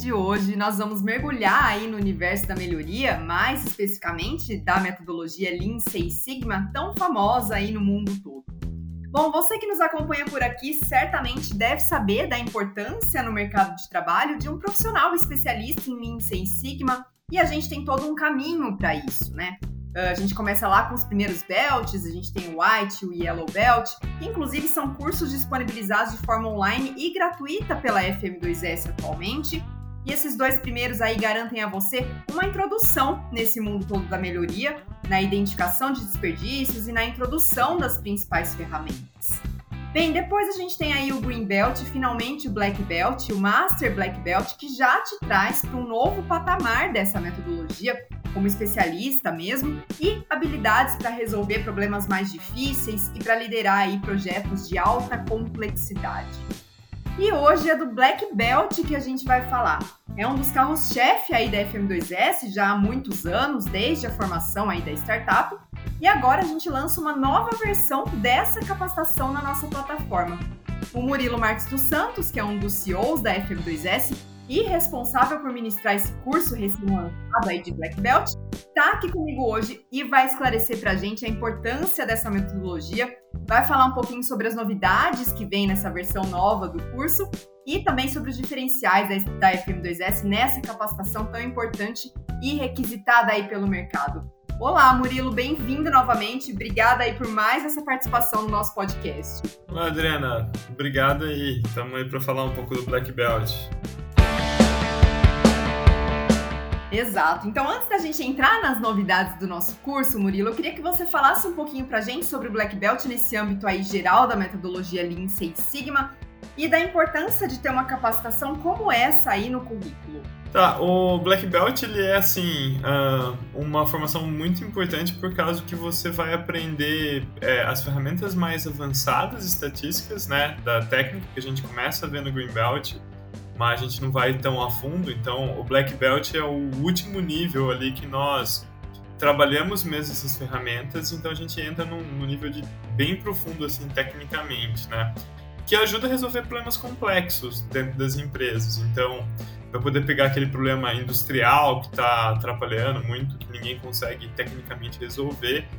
de hoje nós vamos mergulhar aí no universo da melhoria, mais especificamente da metodologia Lean Six Sigma, tão famosa aí no mundo todo. Bom, você que nos acompanha por aqui certamente deve saber da importância no mercado de trabalho de um profissional especialista em Lean Six Sigma, e a gente tem todo um caminho para isso, né? A gente começa lá com os primeiros belts, a gente tem o White e o Yellow Belt, que inclusive são cursos disponibilizados de forma online e gratuita pela FM2S atualmente. E esses dois primeiros aí garantem a você uma introdução nesse mundo todo da melhoria, na identificação de desperdícios e na introdução das principais ferramentas. Bem, depois a gente tem aí o Green Belt e finalmente o Black Belt, o Master Black Belt, que já te traz para um novo patamar dessa metodologia, como especialista mesmo, e habilidades para resolver problemas mais difíceis e para liderar aí projetos de alta complexidade. E hoje é do Black Belt que a gente vai falar. É um dos carros-chefe aí da FM2S já há muitos anos, desde a formação aí da startup, e agora a gente lança uma nova versão dessa capacitação na nossa plataforma. O Murilo Marques dos Santos, que é um dos CEOs da FM2S, e responsável por ministrar esse curso recém-lançado aí de Black Belt, está aqui comigo hoje e vai esclarecer para a gente a importância dessa metodologia, vai falar um pouquinho sobre as novidades que vem nessa versão nova do curso e também sobre os diferenciais da FM2S nessa capacitação tão importante e requisitada aí pelo mercado. Olá, Murilo, bem-vindo novamente. Obrigada aí por mais essa participação no nosso podcast. Olá, Adriana. Obrigado aí. Estamos aí para falar um pouco do Black Belt. Exato. Então, antes da gente entrar nas novidades do nosso curso, Murilo, eu queria que você falasse um pouquinho pra gente sobre o Black Belt nesse âmbito aí geral da metodologia Lean Six Sigma e da importância de ter uma capacitação como essa aí no currículo. Tá, o Black Belt, ele é, assim, uma formação muito importante por causa que você vai aprender as ferramentas mais avançadas estatísticas, né, da técnica que a gente começa a ver no Green Belt, mas a gente não vai tão a fundo. Então o Black Belt é o último nível ali que nós trabalhamos mesmo essas ferramentas, então a gente entra num nível bem profundo assim tecnicamente, né? Que ajuda a resolver problemas complexos dentro das empresas. Então, para poder pegar aquele problema industrial que está atrapalhando muito, que ninguém consegue tecnicamente resolver,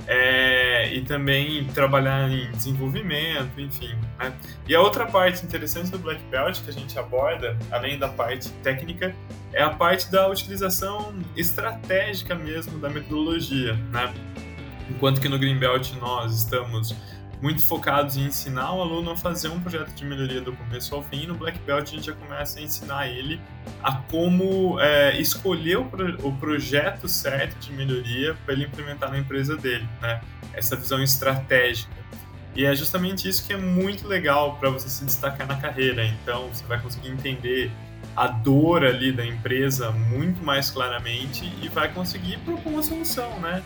e também trabalhar em desenvolvimento, enfim, né? E a outra parte interessante do Black Belt que a gente aborda, além da parte técnica, é a parte da utilização estratégica mesmo da metodologia, né? Enquanto que no Green Belt nós estamos muito focados em ensinar o aluno a fazer um projeto de melhoria do começo ao fim, no Black Belt a gente já começa a ensinar ele a como escolher o projeto certo de melhoria para ele implementar na empresa dele, né? Essa visão estratégica. E é justamente isso que é muito legal para você se destacar na carreira. Então, você vai conseguir entender a dor ali da empresa muito mais claramente e vai conseguir propor uma solução, né?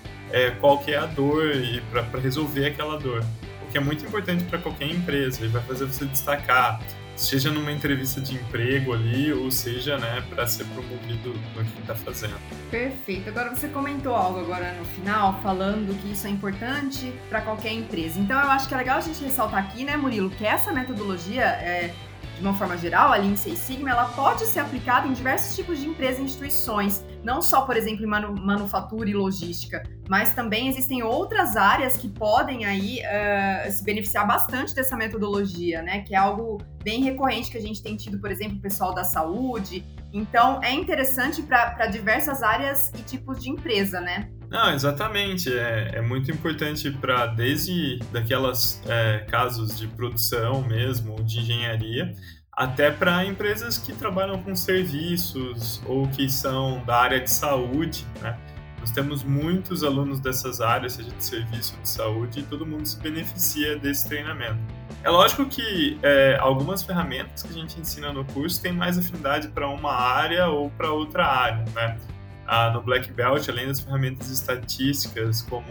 Qual que é a dor e para resolver aquela dor. O que é muito importante para qualquer empresa e vai fazer você destacar, seja numa entrevista de emprego ali, ou seja, né, para ser promovido no que está fazendo. Perfeito. Agora você comentou algo agora no final, falando que isso é importante para qualquer empresa. Então eu acho que é legal a gente ressaltar aqui, né, Murilo, que essa metodologia, de uma forma geral, a Lean Six Sigma, ela pode ser aplicada em diversos tipos de empresas e instituições, não só, por exemplo, em manufatura e logística, mas também existem outras áreas que podem aí se beneficiar bastante dessa metodologia, né? Que é algo bem recorrente que a gente tem tido, por exemplo, o pessoal da saúde. Então, é interessante para diversas áreas e tipos de empresa, né? Não, exatamente. É muito importante para desde daquelas casos de produção mesmo, de engenharia, até para empresas que trabalham com serviços ou que são da área de saúde, né? Nós temos muitos alunos dessas áreas, seja de serviço ou de saúde, e todo mundo se beneficia desse treinamento. É lógico que algumas ferramentas que a gente ensina no curso têm mais afinidade para uma área ou para outra área, né? No Black Belt, além das ferramentas estatísticas, como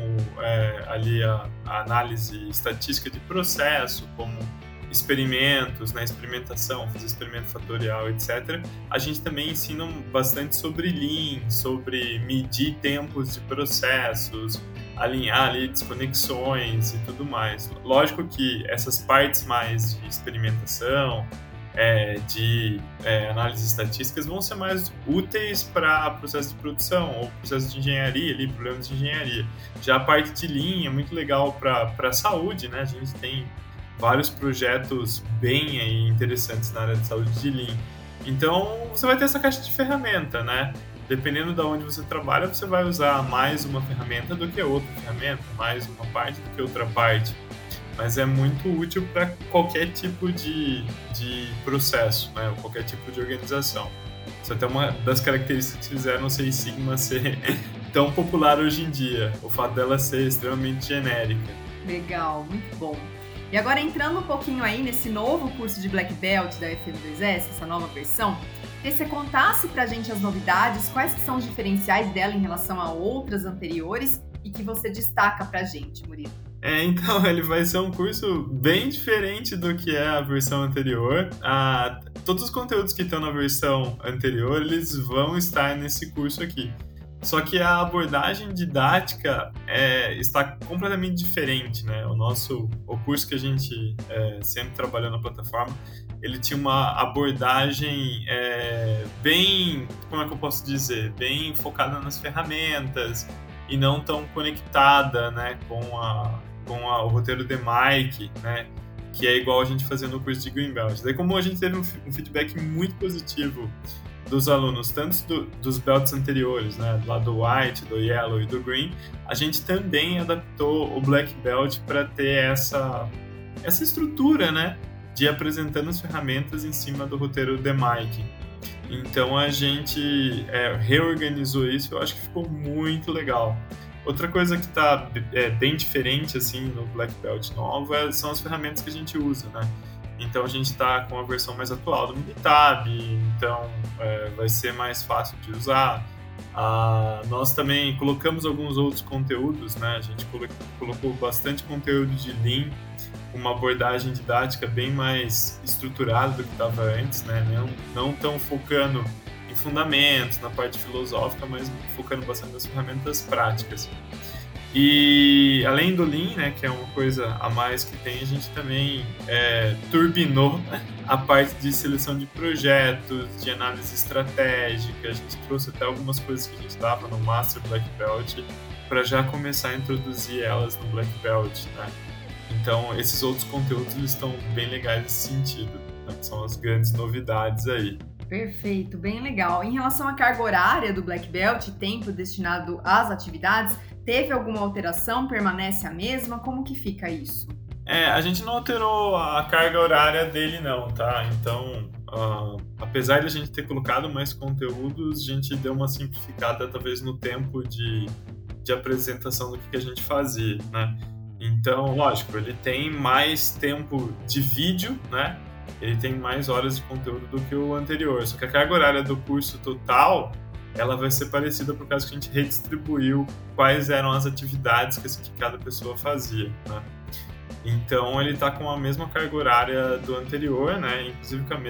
ali a análise estatística de processo, como experimentos, né, experimentação, fazer experimento fatorial, etc. A gente também ensina bastante sobre Lean, sobre medir tempos de processos, alinhar ali desconexões e tudo mais. Lógico que essas partes mais de experimentação, de análises estatísticas vão ser mais úteis para processo de produção ou processo de engenharia, ali, problemas de engenharia. Já a parte de Lean é muito legal para a saúde, né? A gente tem vários projetos bem aí interessantes na área de saúde de Lean. Então, você vai ter essa caixa de ferramenta, né? Dependendo de onde você trabalha, você vai usar mais uma ferramenta do que outra ferramenta, mais uma parte do que outra parte. Mas é muito útil para qualquer tipo de processo, né? Ou qualquer tipo de organização. Isso é até uma das características que fizeram o Six Sigma ser tão popular hoje em dia. O fato dela ser extremamente genérica. Legal, muito bom. E agora entrando um pouquinho aí nesse novo curso de Black Belt da FM2S, essa nova versão, queria que você contasse pra gente as novidades, quais que são os diferenciais dela em relação a outras anteriores e que você destaca pra gente, Murilo. Então, ele vai ser um curso bem diferente do que é a versão anterior. Todos os conteúdos que estão na versão anterior, eles vão estar nesse curso aqui. Só que a abordagem didática está completamente diferente, né? O curso que a gente sempre trabalhou na plataforma, ele tinha uma abordagem bem, como é que eu posso dizer, bem focada nas ferramentas e não tão conectada, né, com o roteiro de Mike, né, que é igual a gente fazia no curso de Greenbelt. Daí, como a gente teve um feedback muito positivo dos alunos, tanto dos belts anteriores, né, lá do White, do Yellow e do Green, a gente também adaptou o Black Belt para ter essa estrutura, né, de apresentando as ferramentas em cima do roteiro de Mike. Então a gente reorganizou isso, eu acho que ficou muito legal. Outra coisa que está bem diferente assim no Black Belt novo são as ferramentas que a gente usa, né? Então a gente está com a versão mais atual do Minitab, então vai ser mais fácil de usar. Nós também colocamos alguns outros conteúdos, né? A gente colocou bastante conteúdo de Lean, uma abordagem didática bem mais estruturada do que estava antes, né? Não tão focando em fundamentos, na parte filosófica, mas focando bastante nas ferramentas práticas. E além do Lean, né, que é uma coisa a mais que tem, a gente também turbinou a parte de seleção de projetos, de análise estratégica. A gente trouxe até algumas coisas que a gente dava no Master Black Belt para já começar a introduzir elas no Black Belt, né? Então, esses outros conteúdos eles estão bem legais nesse sentido, né? São as grandes novidades aí. Perfeito, bem legal. Em relação à carga horária do Black Belt, tempo destinado às atividades, teve alguma alteração? Permanece a mesma? Como que fica isso? A gente não alterou a carga horária dele não, tá? Então, apesar de a gente ter colocado mais conteúdos, a gente deu uma simplificada talvez no tempo de apresentação do que a gente fazia, né? Então, lógico, ele tem mais tempo de vídeo, né? Ele tem mais horas de conteúdo do que o anterior. Só que a carga horária do curso total, ela vai ser parecida por causa que a gente redistribuiu quais eram as atividades que cada pessoa fazia, né? Então, ele está com a mesma carga horária do anterior, né? Inclusive com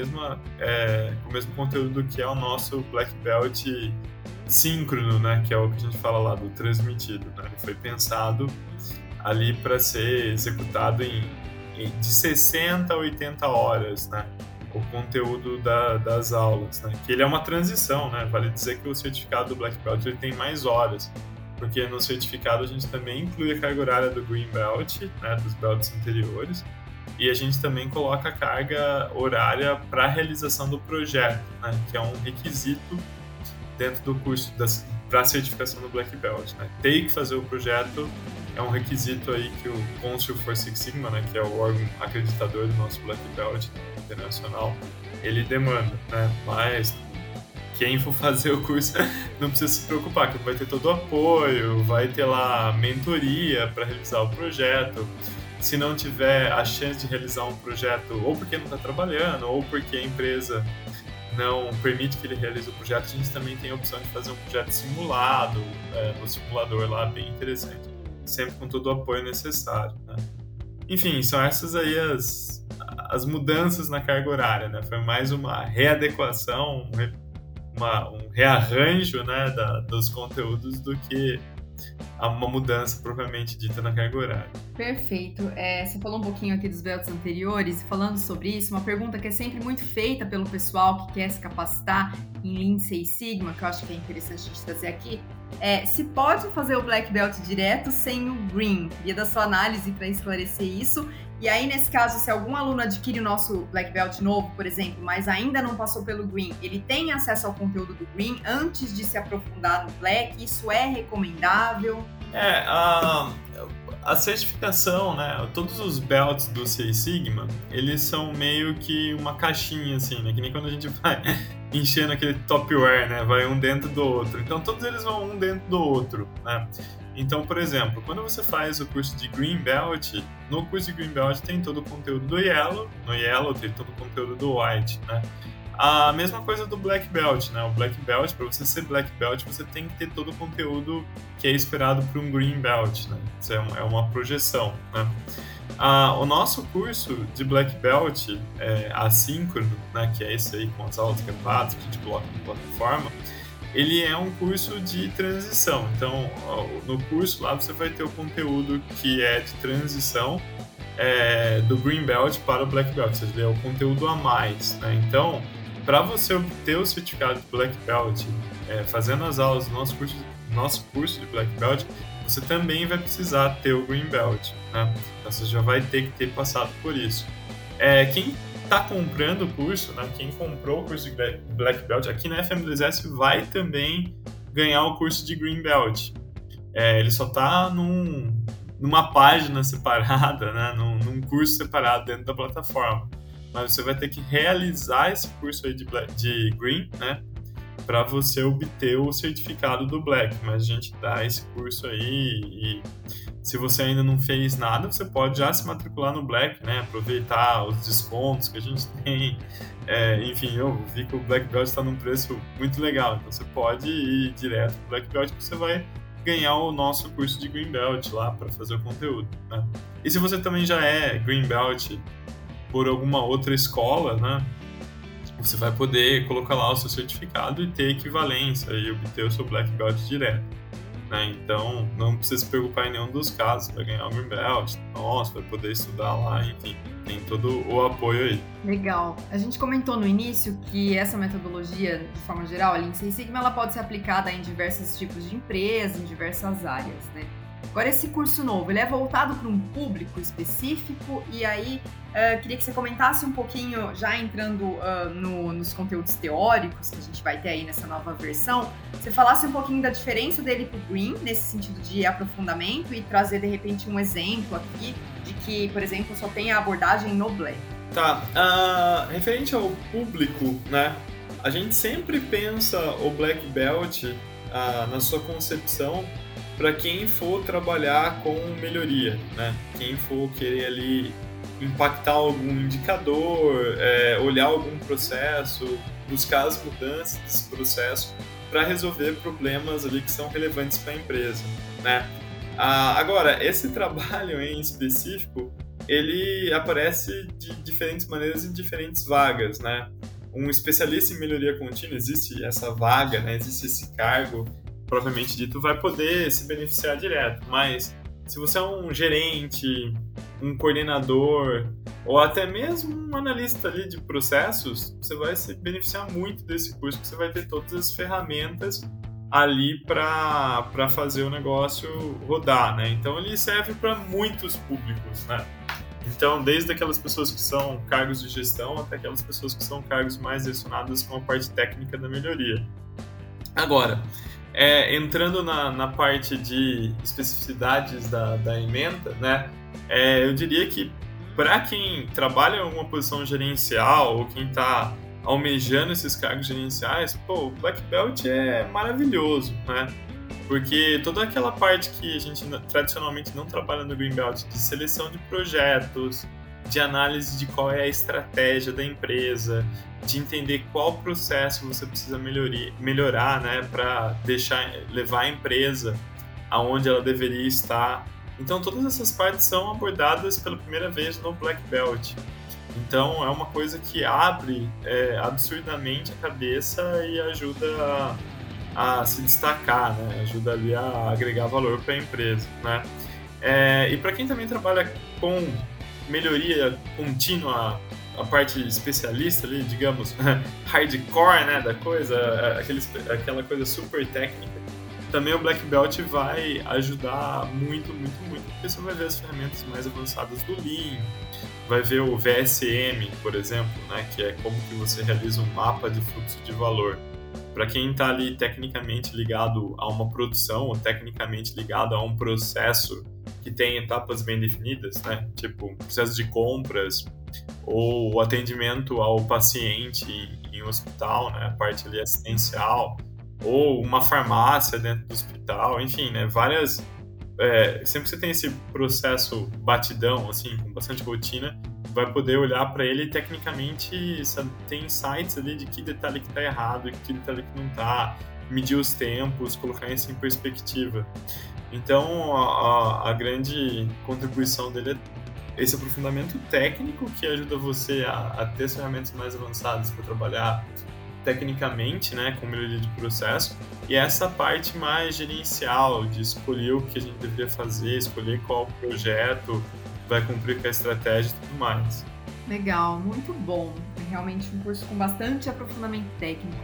o mesmo conteúdo que é o nosso Black Belt síncrono, né? Que é o que a gente fala lá do transmitido, né? Ele foi pensado ali para ser executado de 60 a 80 horas, né? O conteúdo das aulas, né? Que ele é uma transição, né? Vale dizer que o certificado do Black Belt ele tem mais horas, porque no certificado a gente também inclui a carga horária do Green Belt, né? Dos belts anteriores, e a gente também coloca a carga horária para a realização do projeto, né? Que é um requisito dentro do curso para a certificação do Black Belt, né? Tem que fazer o projeto é um requisito aí que o Council for Six Sigma, né, que é o órgão acreditador do nosso Black Belt internacional, ele demanda, né? Mas quem for fazer o curso não precisa se preocupar, que vai ter todo o apoio, vai ter lá mentoria para realizar o projeto. Se não tiver a chance de realizar um projeto, ou porque não está trabalhando, ou porque a empresa não permite que ele realize o projeto, a gente também tem a opção de fazer um projeto simulado, no simulador lá, bem interessante, sempre com todo o apoio necessário, né? Enfim, são essas aí as mudanças na carga horária, né? Foi mais uma readequação, um rearranjo, né, dos conteúdos do que uma mudança propriamente dita na carga horária. Perfeito. Você falou um pouquinho aqui dos belts anteriores, e falando sobre isso, uma pergunta que é sempre muito feita pelo pessoal que quer se capacitar em Lean Six Sigma, que eu acho que é interessante a gente trazer aqui, se pode fazer o Black Belt direto sem o Green. Queria da sua análise para esclarecer isso. E aí, nesse caso, se algum aluno adquire o nosso Black Belt novo, por exemplo, mas ainda não passou pelo Green, ele tem acesso ao conteúdo do Green antes de se aprofundar no Black? Isso é recomendável? A certificação, né? Todos os belts do Six Sigma, eles são meio que uma caixinha, assim, né? Que nem quando a gente vai enchendo aquele topware, né? Vai um dentro do outro. Então, todos eles vão um dentro do outro, né? Então, por exemplo, quando você faz o curso de Green Belt, no curso de Green Belt tem todo o conteúdo do Yellow, no Yellow tem todo o conteúdo do White, né? A mesma coisa do Black Belt, né? O Black Belt, para você ser Black Belt, você tem que ter todo o conteúdo que é esperado para um Green Belt, né? Isso é uma projeção, né? O nosso curso de Black Belt assíncrono, né? Que é esse aí com as aulas gravadas que a gente coloca na plataforma, ele é um curso de transição. Então, no curso lá você vai ter o conteúdo que é de transição do Green Belt para o Black Belt, ou seja, é o conteúdo a mais, né? Então, para você obter o certificado de Black Belt, fazendo as aulas do nosso curso de Black Belt, você também vai precisar ter o Green Belt, né? Então, você já vai ter que ter passado por isso. Quem está comprando o curso, né? Quem comprou o curso de Black Belt aqui na FM2S vai também ganhar o curso de Green Belt. Ele só está numa página separada, né? Num curso separado dentro da plataforma. Mas você vai ter que realizar esse curso aí de Green, né? Para você obter o certificado do Black. Mas a gente dá esse curso aí e se você ainda não fez nada, você pode já se matricular no Black, né? Aproveitar os descontos que a gente tem. Enfim, eu vi que o Black Belt está num preço muito legal. Então você pode ir direto pro Black Belt que você vai ganhar o nosso curso de Green Belt lá para fazer o conteúdo, né? E se você também já é Green Belt por alguma outra escola, né? Você vai poder colocar lá o seu certificado e ter equivalência e obter o seu Black Belt direto, né? Então, não precisa se preocupar em nenhum dos casos, vai ganhar o Green Belt, vai poder estudar lá, enfim, tem todo o apoio aí. Legal. A gente comentou no início que essa metodologia, de forma geral, a Lean Six Sigma, ela pode ser aplicada em diversos tipos de empresas, em diversas áreas, né? Agora, esse curso novo, ele é voltado para um público específico e aí queria que você comentasse um pouquinho, já entrando nos conteúdos teóricos que a gente vai ter aí nessa nova versão, você falasse um pouquinho da diferença dele para o Green, nesse sentido de aprofundamento e trazer, de repente, um exemplo aqui de que, por exemplo, só tem a abordagem no Black. Tá, referente ao público, né, a gente sempre pensa o Black Belt na sua concepção para quem for trabalhar com melhoria, né? Quem for querer ali impactar algum indicador, olhar algum processo, buscar as mudanças desse processo para resolver problemas ali que são relevantes para a empresa, né? Agora, esse trabalho em específico, ele aparece de diferentes maneiras em diferentes vagas, né? Um especialista em melhoria contínua, existe essa vaga, né? Existe esse cargo, propriamente dito, vai poder se beneficiar direto, mas se você é um gerente, um coordenador ou até mesmo um analista ali de processos, você vai se beneficiar muito desse curso, porque você vai ter todas as ferramentas ali para fazer o negócio rodar, né? Então ele serve para muitos públicos, né? Então, desde aquelas pessoas que são cargos de gestão até aquelas pessoas que são cargos mais relacionados com a parte técnica da melhoria. Agora, entrando na parte de especificidades da ementa, né, eu diria que para quem trabalha em alguma posição gerencial ou quem está almejando esses cargos gerenciais, o Black Belt é maravilhoso, né? Porque toda aquela parte que a gente tradicionalmente não trabalha no Green Belt, de seleção de projetos, de análise de qual é a estratégia da empresa, de entender qual processo você precisa melhorar, né, para levar a empresa aonde ela deveria estar. Então, todas essas partes são abordadas pela primeira vez no Black Belt. Então, é uma coisa que abre absurdamente a cabeça e ajuda a se destacar, né? Ajuda ali a agregar valor para a empresa, né? E para quem também trabalha com melhoria contínua, a parte especialista ali, digamos, hardcore, né, da coisa, aquela coisa super técnica, também o Black Belt vai ajudar muito, muito, muito, porque você vai ver as ferramentas mais avançadas do Lean, vai ver o VSM, por exemplo, né, que é como que você realiza um mapa de fluxo de valor. Para quem está ali tecnicamente ligado a uma produção ou tecnicamente ligado a um processo que tem etapas bem definidas, né? Tipo, processo de compras ou atendimento ao paciente em um hospital, né? A parte ali assistencial, ou uma farmácia dentro do hospital, enfim, né? Várias... sempre que você tem esse processo batidão, assim, com bastante rotina, vai poder olhar para ele e tecnicamente tem insights ali de que detalhe que está errado e que detalhe que não está, medir os tempos, colocar isso em perspectiva. Então, a grande contribuição dele é esse aprofundamento técnico que ajuda você a ter as ferramentas mais avançadas para trabalhar tecnicamente, né, com melhoria de processo, e essa parte mais gerencial, de escolher o que a gente deveria fazer, escolher qual projeto vai cumprir com a estratégia e tudo mais. Legal, muito bom. É realmente um curso com bastante aprofundamento técnico.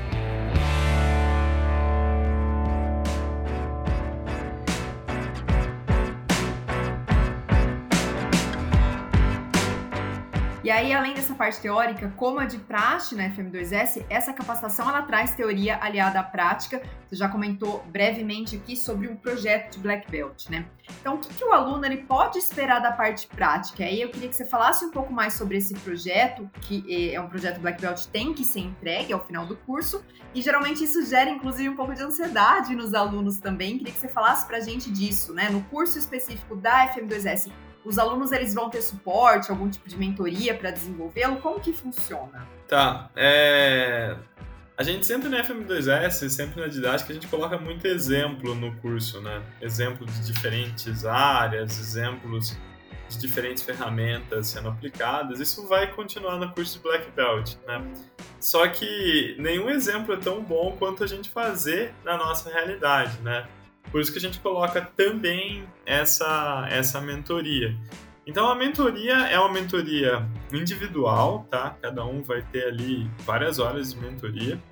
E aí, além dessa parte teórica, como a de praxe na FM2S, essa capacitação ela traz teoria aliada à prática. Você já comentou brevemente aqui sobre um projeto de Black Belt, né? Então, o que o aluno ele pode esperar da parte prática? Aí eu queria que você falasse um pouco mais sobre esse projeto, que é um projeto Black Belt tem que ser entregue ao final do curso, e geralmente isso gera, inclusive, um pouco de ansiedade nos alunos também. Queria que você falasse pra gente disso, né? No curso específico da FM2S, os alunos eles vão ter suporte, algum tipo de mentoria para desenvolvê-lo? Como que funciona? Tá, a gente sempre na FM2S, sempre na didática, a gente coloca muito exemplo no curso, né? Exemplo de diferentes áreas, exemplos de diferentes ferramentas sendo aplicadas. Isso vai continuar no curso de Black Belt, né? Só que nenhum exemplo é tão bom quanto a gente fazer na nossa realidade, né? Por isso que a gente coloca também essa mentoria. Então, a mentoria é uma mentoria individual, tá? Cada um vai ter ali várias horas de mentoria.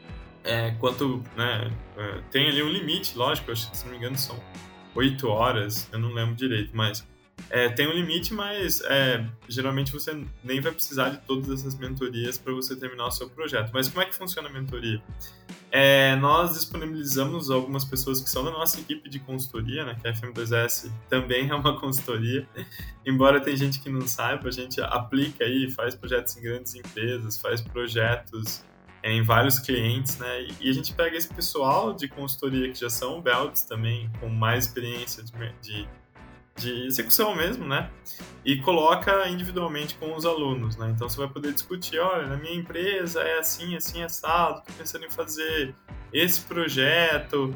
Tem ali um limite, lógico, acho que, se não me engano, são 8 horas, eu não lembro direito, mas tem um limite, mas geralmente você nem vai precisar de todas essas mentorias para você terminar o seu projeto. Mas como é que funciona a mentoria? Nós disponibilizamos algumas pessoas que são da nossa equipe de consultoria, né, que a FM2S também é uma consultoria, embora tem gente que não saiba, a gente aplica aí, faz projetos em grandes empresas, faz projetos em vários clientes, né, e a gente pega esse pessoal de consultoria que já são belts também, com mais experiência de execução mesmo, né? E coloca individualmente com os alunos, né? Então você vai poder discutir, olha, na minha empresa é assim, assim, assado, tô pensando em fazer esse projeto,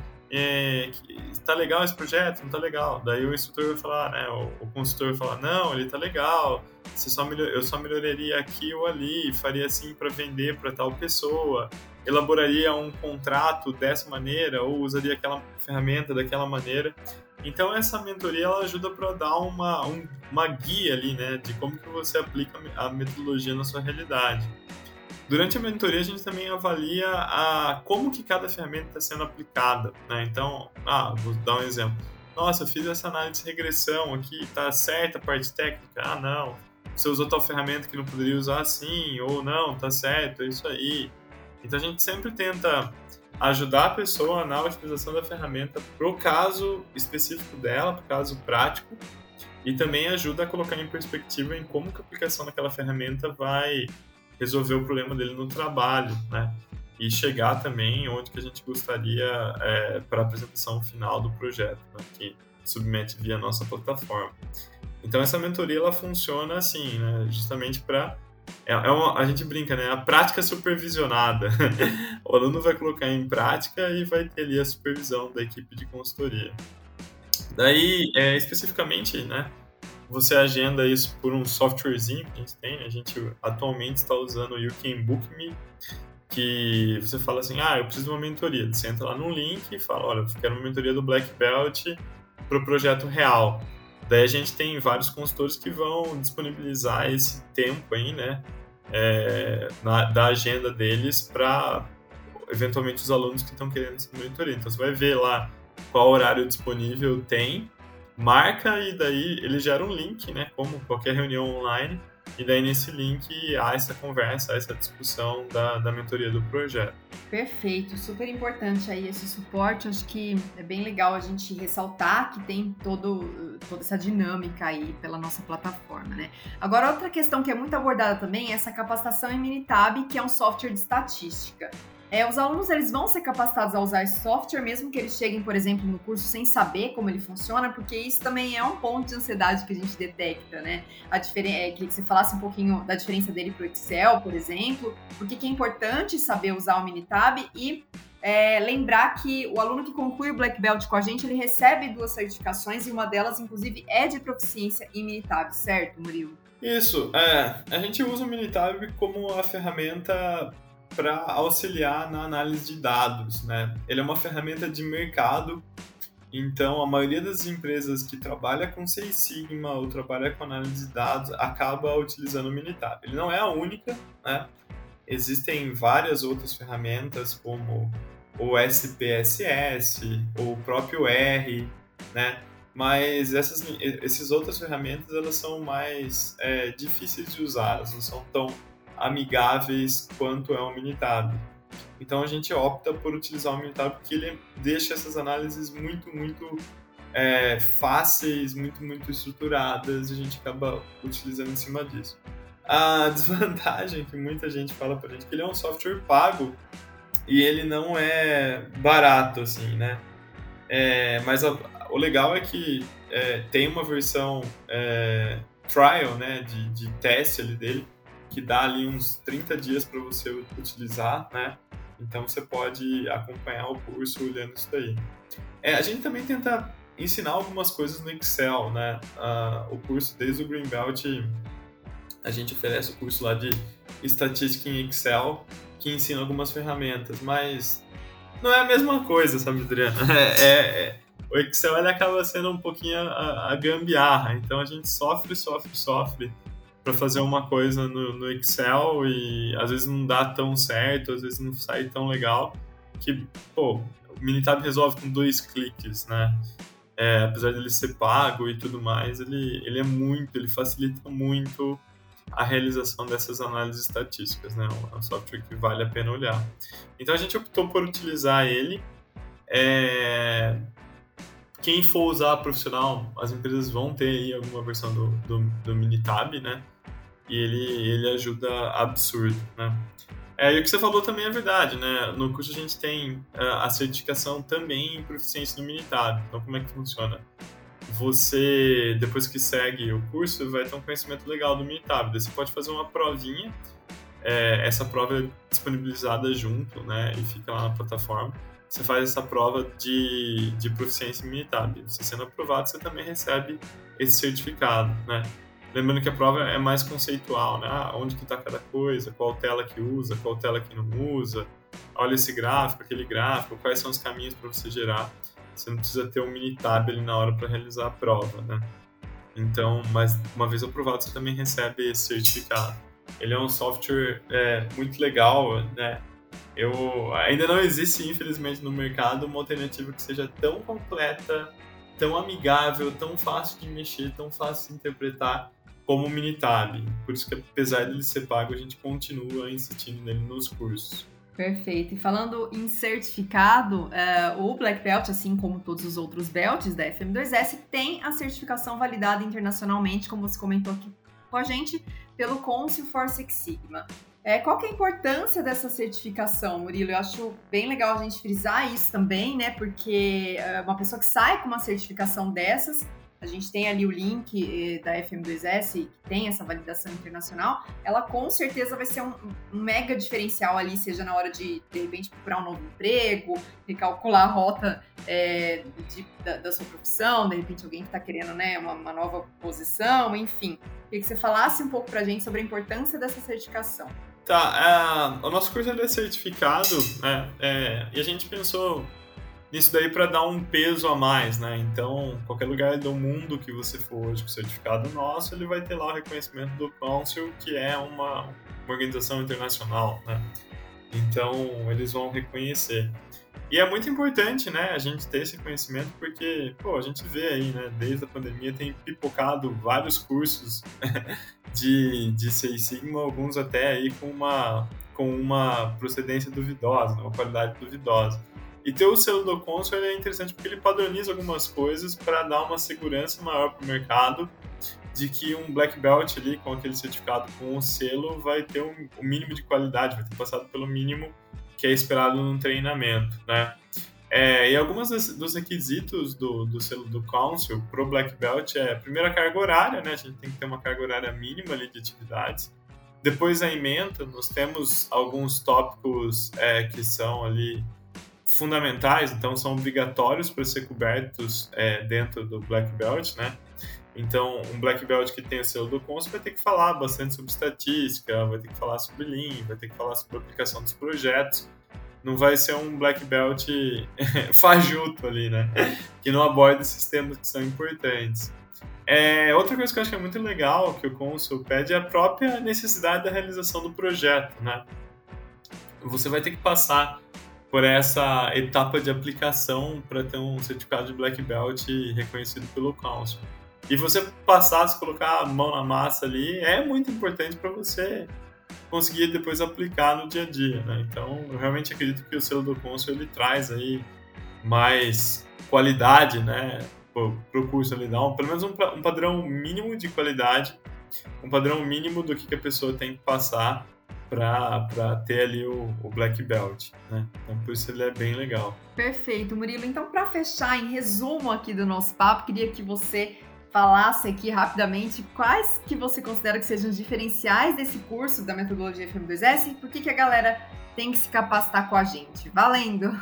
tá legal esse projeto? Não tá legal. Daí o instrutor vai falar, né? O consultor vai falar, não, ele tá legal, eu só melhoraria aqui ou ali, faria assim para vender para tal pessoa, elaboraria um contrato dessa maneira ou usaria aquela ferramenta daquela maneira. Então, essa mentoria ela ajuda para dar uma guia ali, né, de como que você aplica a metodologia na sua realidade. Durante a mentoria, a gente também avalia como que cada ferramenta está sendo aplicada, né? Então, vou dar um exemplo. Nossa, eu fiz essa análise de regressão aqui, tá certa a parte técnica? Não. Você usou tal ferramenta que não poderia usar assim, ou não, tá certo, é isso aí. Então, a gente sempre tenta ajudar a pessoa na utilização da ferramenta para o caso específico dela, para o caso prático, e também ajuda a colocar em perspectiva em como que a aplicação daquela ferramenta vai resolver o problema dele no trabalho, né? E chegar também onde que a gente gostaria para a apresentação final do projeto, né? Que submete via nossa plataforma. Então, essa mentoria ela funciona assim, né? Justamente para a gente brinca, né? A prática supervisionada. O aluno vai colocar em prática e vai ter ali a supervisão da equipe de consultoria. Daí, especificamente, né? Você agenda isso por um softwarezinho que a gente tem. A gente atualmente está usando o You Can Book Me que você fala assim, eu preciso de uma mentoria. Você entra lá no link e fala, olha, eu quero uma mentoria do Black Belt para o projeto real. Daí a gente tem vários consultores que vão disponibilizar esse tempo aí, né, da agenda deles para, eventualmente, os alunos que estão querendo essa mentoria. Então, você vai ver lá qual horário disponível tem, marca e daí ele gera um link, né, como qualquer reunião online, e daí nesse link há essa conversa, há essa discussão da mentoria do projeto. Perfeito, super importante aí esse suporte. Acho que é bem legal a gente ressaltar que tem toda essa dinâmica aí pela nossa plataforma, né? Agora, outra questão que é muito abordada também é essa capacitação em Minitab, que é um software de estatística. Os alunos, eles vão ser capacitados a usar esse software, mesmo que eles cheguem, por exemplo, no curso sem saber como ele funciona, porque isso também é um ponto de ansiedade que a gente detecta, né? Queria que você falasse um pouquinho da diferença dele para o Excel, por exemplo, porque que é importante saber usar o Minitab e lembrar que o aluno que conclui o Black Belt com a gente, ele recebe 2 certificações e uma delas, inclusive, é de proficiência em Minitab, certo, Murilo? Isso, a gente usa o Minitab como a ferramenta para auxiliar na análise de dados, né? Ele é uma ferramenta de mercado, então a maioria das empresas que trabalha com Six Sigma ou trabalha com análise de dados acaba utilizando o Minitab. Ele não é a única, né? Existem várias outras ferramentas como o SPSS, ou o próprio R, né? Mas essas outras ferramentas, elas são mais difíceis de usar, elas não são tão amigáveis quanto é o Minitab. Então a gente opta por utilizar o Minitab porque ele deixa essas análises muito, muito fáceis, muito, muito estruturadas, e a gente acaba utilizando em cima disso. A desvantagem que muita gente fala pra gente é que ele é um software pago e ele não é barato, assim, né? Mas o legal é que tem uma versão trial, né, de teste ali dele, que dá ali uns 30 dias para você utilizar, né? Então você pode acompanhar o curso olhando isso daí. A gente também tenta ensinar algumas coisas no Excel, né? O curso, desde o Green Belt, a gente oferece o curso lá de estatística em Excel, que ensina algumas ferramentas, mas não é a mesma coisa, sabe, Adriano? O Excel, ele acaba sendo um pouquinho a gambiarra, então a gente sofre para fazer uma coisa no Excel e às vezes não dá tão certo, às vezes não sai tão legal, que, o Minitab resolve com 2 cliques, né? Apesar dele ser pago e tudo mais, ele facilita muito a realização dessas análises estatísticas, né? É um software que vale a pena olhar. Então a gente optou por utilizar ele. Quem for usar profissional, as empresas vão ter aí alguma versão do Minitab, né? E ele ajuda absurdo, né? E o que você falou também é verdade, né? No curso a gente tem a certificação também em proficiência no Minitab. Então, como é que funciona? Você, depois que segue o curso, vai ter um conhecimento legal do Minitab. Daí você pode fazer uma provinha. Essa prova é disponibilizada junto, né? E fica lá na plataforma. Você faz essa prova de proficiência em Minitab. Você sendo aprovado, você também recebe esse certificado, né? Lembrando que a prova é mais conceitual, né? Onde que está cada coisa, qual tela que usa, qual tela que não usa, olha esse gráfico, aquele gráfico, quais são os caminhos para você gerar. Você não precisa ter um Minitab ali na hora para realizar a prova, né? Então, mas uma vez aprovado, você também recebe esse certificado. Ele é um software muito legal, né? Ainda não existe, infelizmente, no mercado uma alternativa que seja tão completa, tão amigável, tão fácil de mexer, tão fácil de interpretar como o Minitab. Por isso que, apesar dele ser pago, a gente continua insistindo nele nos cursos. Perfeito. E falando em certificado, o Black Belt, assim como todos os outros belts da FM2S, tem a certificação validada internacionalmente, como você comentou aqui com a gente, pelo Council for Six Sigma. Qual que é a importância dessa certificação, Murilo? Eu acho bem legal a gente frisar isso também, né? Porque uma pessoa que sai com uma certificação dessas, a gente tem ali o link da FM2S, que tem essa validação internacional, ela com certeza vai ser um mega diferencial ali, seja na hora de repente, procurar um novo emprego, recalcular a rota da sua profissão, de repente alguém que está querendo, né, uma nova posição, enfim. Queria que você falasse um pouco para a gente sobre a importância dessa certificação. Tá, o nosso curso ele é certificado, né? E a gente pensou nisso daí para dar um peso a mais, né? Então, qualquer lugar do mundo que você for hoje com certificado nosso, ele vai ter lá o reconhecimento do Council, que é uma organização internacional, né? Então, eles vão reconhecer. E é muito importante, né, a gente ter esse conhecimento, porque, pô, a gente vê aí, né, desde a pandemia tem pipocado vários cursos de Six Sigma, alguns até aí com uma procedência duvidosa, uma qualidade duvidosa. E ter o selo do Consul é interessante porque ele padroniza algumas coisas para dar uma segurança maior para o mercado de que um Black Belt ali, com aquele certificado com o selo, vai ter um mínimo de qualidade, vai ter passado pelo mínimo que é esperado num treinamento, né? E alguns dos requisitos do selo do Council pro Black Belt é, primeiro, a carga horária, né? A gente tem que ter uma carga horária mínima ali de atividades. Depois, a ementa, nós temos alguns tópicos que são ali fundamentais, então são obrigatórios para ser cobertos dentro do Black Belt, né? Então, um Black Belt que tem o selo do Council vai ter que falar bastante sobre estatística, vai ter que falar sobre Lean, vai ter que falar sobre a aplicação dos projetos. Não vai ser um Black Belt fajuto ali, né? Que não aborda esses temas que são importantes. Outra coisa que eu acho que é muito legal que o Council pede é a própria necessidade da realização do projeto, né? Você vai ter que passar por essa etapa de aplicação para ter um certificado de Black Belt reconhecido pelo Council. E você passar, se colocar a mão na massa ali, é muito importante para você conseguir depois aplicar no dia a dia, né? Então, eu realmente acredito que o selo do Council ele traz aí mais qualidade, né, pro curso. Ele dá pelo menos um padrão mínimo de qualidade, um padrão mínimo do que a pessoa tem que passar para ter ali o Black Belt, né? Então, por isso ele é bem legal. Perfeito, Murilo. Então, para fechar, em resumo aqui do nosso papo, queria que você falasse aqui rapidamente quais que você considera que sejam os diferenciais desse curso da metodologia FM2S e por que a galera tem que se capacitar com a gente. Valendo!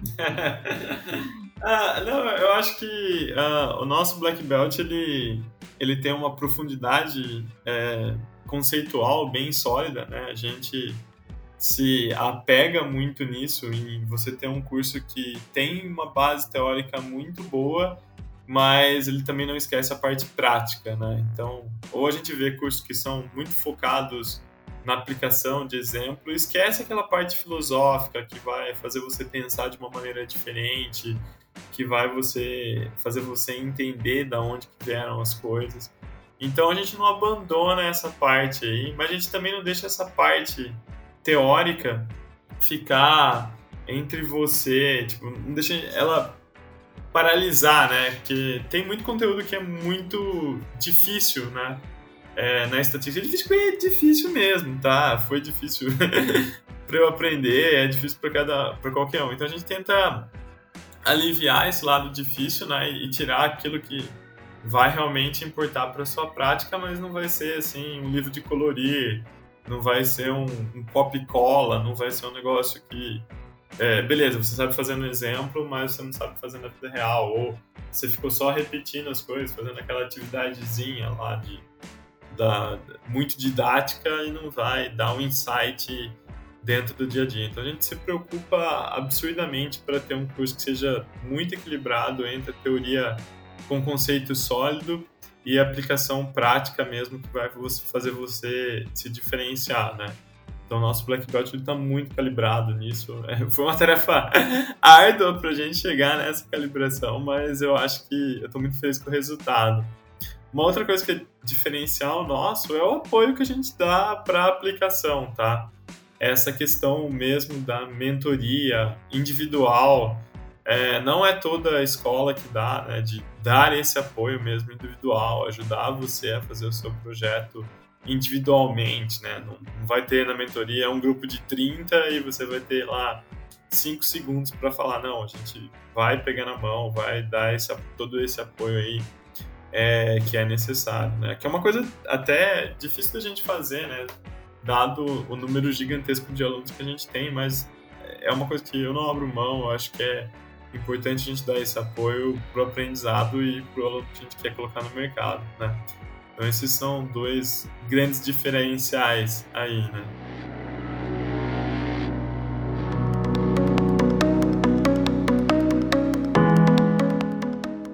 Não, eu acho que o nosso Black Belt ele tem uma profundidade conceitual bem sólida, né? A gente se apega muito nisso e você tem um curso que tem uma base teórica muito boa, mas ele também não esquece a parte prática, né? Então, ou a gente vê cursos que são muito focados na aplicação de exemplo, esquece aquela parte filosófica que vai fazer você pensar de uma maneira diferente, que vai fazer você entender de onde vieram as coisas. Então, a gente não abandona essa parte aí, mas a gente também não deixa essa parte teórica ficar entre você, tipo, não deixa ela paralisar, né? Porque tem muito conteúdo que é muito difícil, né? Na estatística é difícil mesmo, tá? Foi difícil para eu aprender, é difícil para qualquer um. Então a gente tenta aliviar esse lado difícil, né? E tirar aquilo que vai realmente importar para sua prática, mas não vai ser assim um livro de colorir, não vai ser um copy-cola, não vai ser um negócio que beleza, você sabe fazer no exemplo, mas você não sabe fazer na vida real, ou você ficou só repetindo as coisas, fazendo aquela atividadezinha lá muito didática e não vai dar um insight dentro do dia a dia. Então a gente se preocupa absurdamente para ter um curso que seja muito equilibrado entre a teoria com conceito sólido e a aplicação prática mesmo, que vai fazer você se diferenciar, né? Então, o nosso Black Belt está muito calibrado nisso. Foi uma tarefa árdua para a gente chegar nessa calibração, mas eu acho que eu estou muito feliz com o resultado. Uma outra coisa que é diferencial nosso é o apoio que a gente dá para a aplicação, tá? Essa questão mesmo da mentoria individual, não é toda a escola que dá, né, de dar esse apoio mesmo individual, ajudar você a fazer o seu projeto individualmente, né? Não vai ter na mentoria um grupo de 30 e você vai ter lá 5 segundos para falar, não, a gente vai pegar na mão, vai dar todo esse apoio aí que é necessário, né? Que é uma coisa até difícil da gente fazer, né? Dado o número gigantesco de alunos que a gente tem, mas é uma coisa que eu não abro mão, eu acho que é importante a gente dar esse apoio pro aprendizado e pro aluno que a gente quer colocar no mercado, né? Então esses são dois grandes diferenciais aí, né?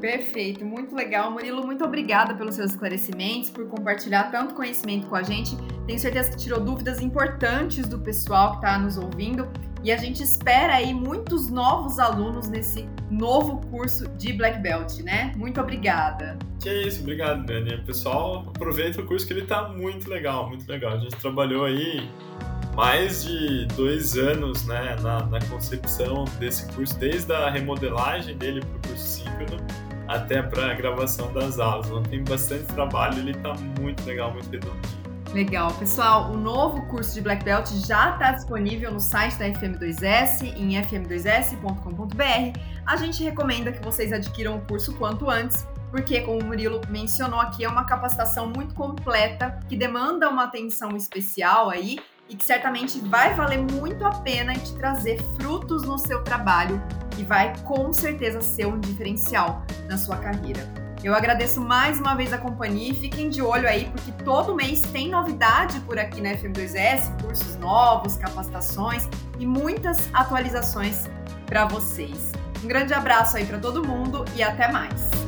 Perfeito, muito legal. Murilo, muito obrigada pelos seus esclarecimentos, por compartilhar tanto conhecimento com a gente. Tenho certeza que tirou dúvidas importantes do pessoal que está nos ouvindo e a gente espera aí muitos novos alunos nesse novo curso de Black Belt, né? Muito obrigada. Que isso, obrigado, Dani. Pessoal, aproveita o curso que ele está muito legal, muito legal. A gente trabalhou aí mais de 2 anos, né, na concepção desse curso, desde a remodelagem dele para o curso síncrono até para a gravação das aulas. Então tem bastante trabalho, ele está muito legal, muito redondinho. Legal, pessoal, o novo curso de Black Belt já está disponível no site da FM2S, em fm2s.com.br. A gente recomenda que vocês adquiram o curso quanto antes, porque, como o Murilo mencionou aqui, é uma capacitação muito completa, que demanda uma atenção especial aí, e que certamente vai valer muito a pena e te trazer frutos no seu trabalho e vai com certeza ser um diferencial na sua carreira. Eu agradeço mais uma vez a companhia e fiquem de olho aí, porque todo mês tem novidade por aqui na FM2S, cursos novos, capacitações e muitas atualizações para vocês. Um grande abraço aí para todo mundo e até mais!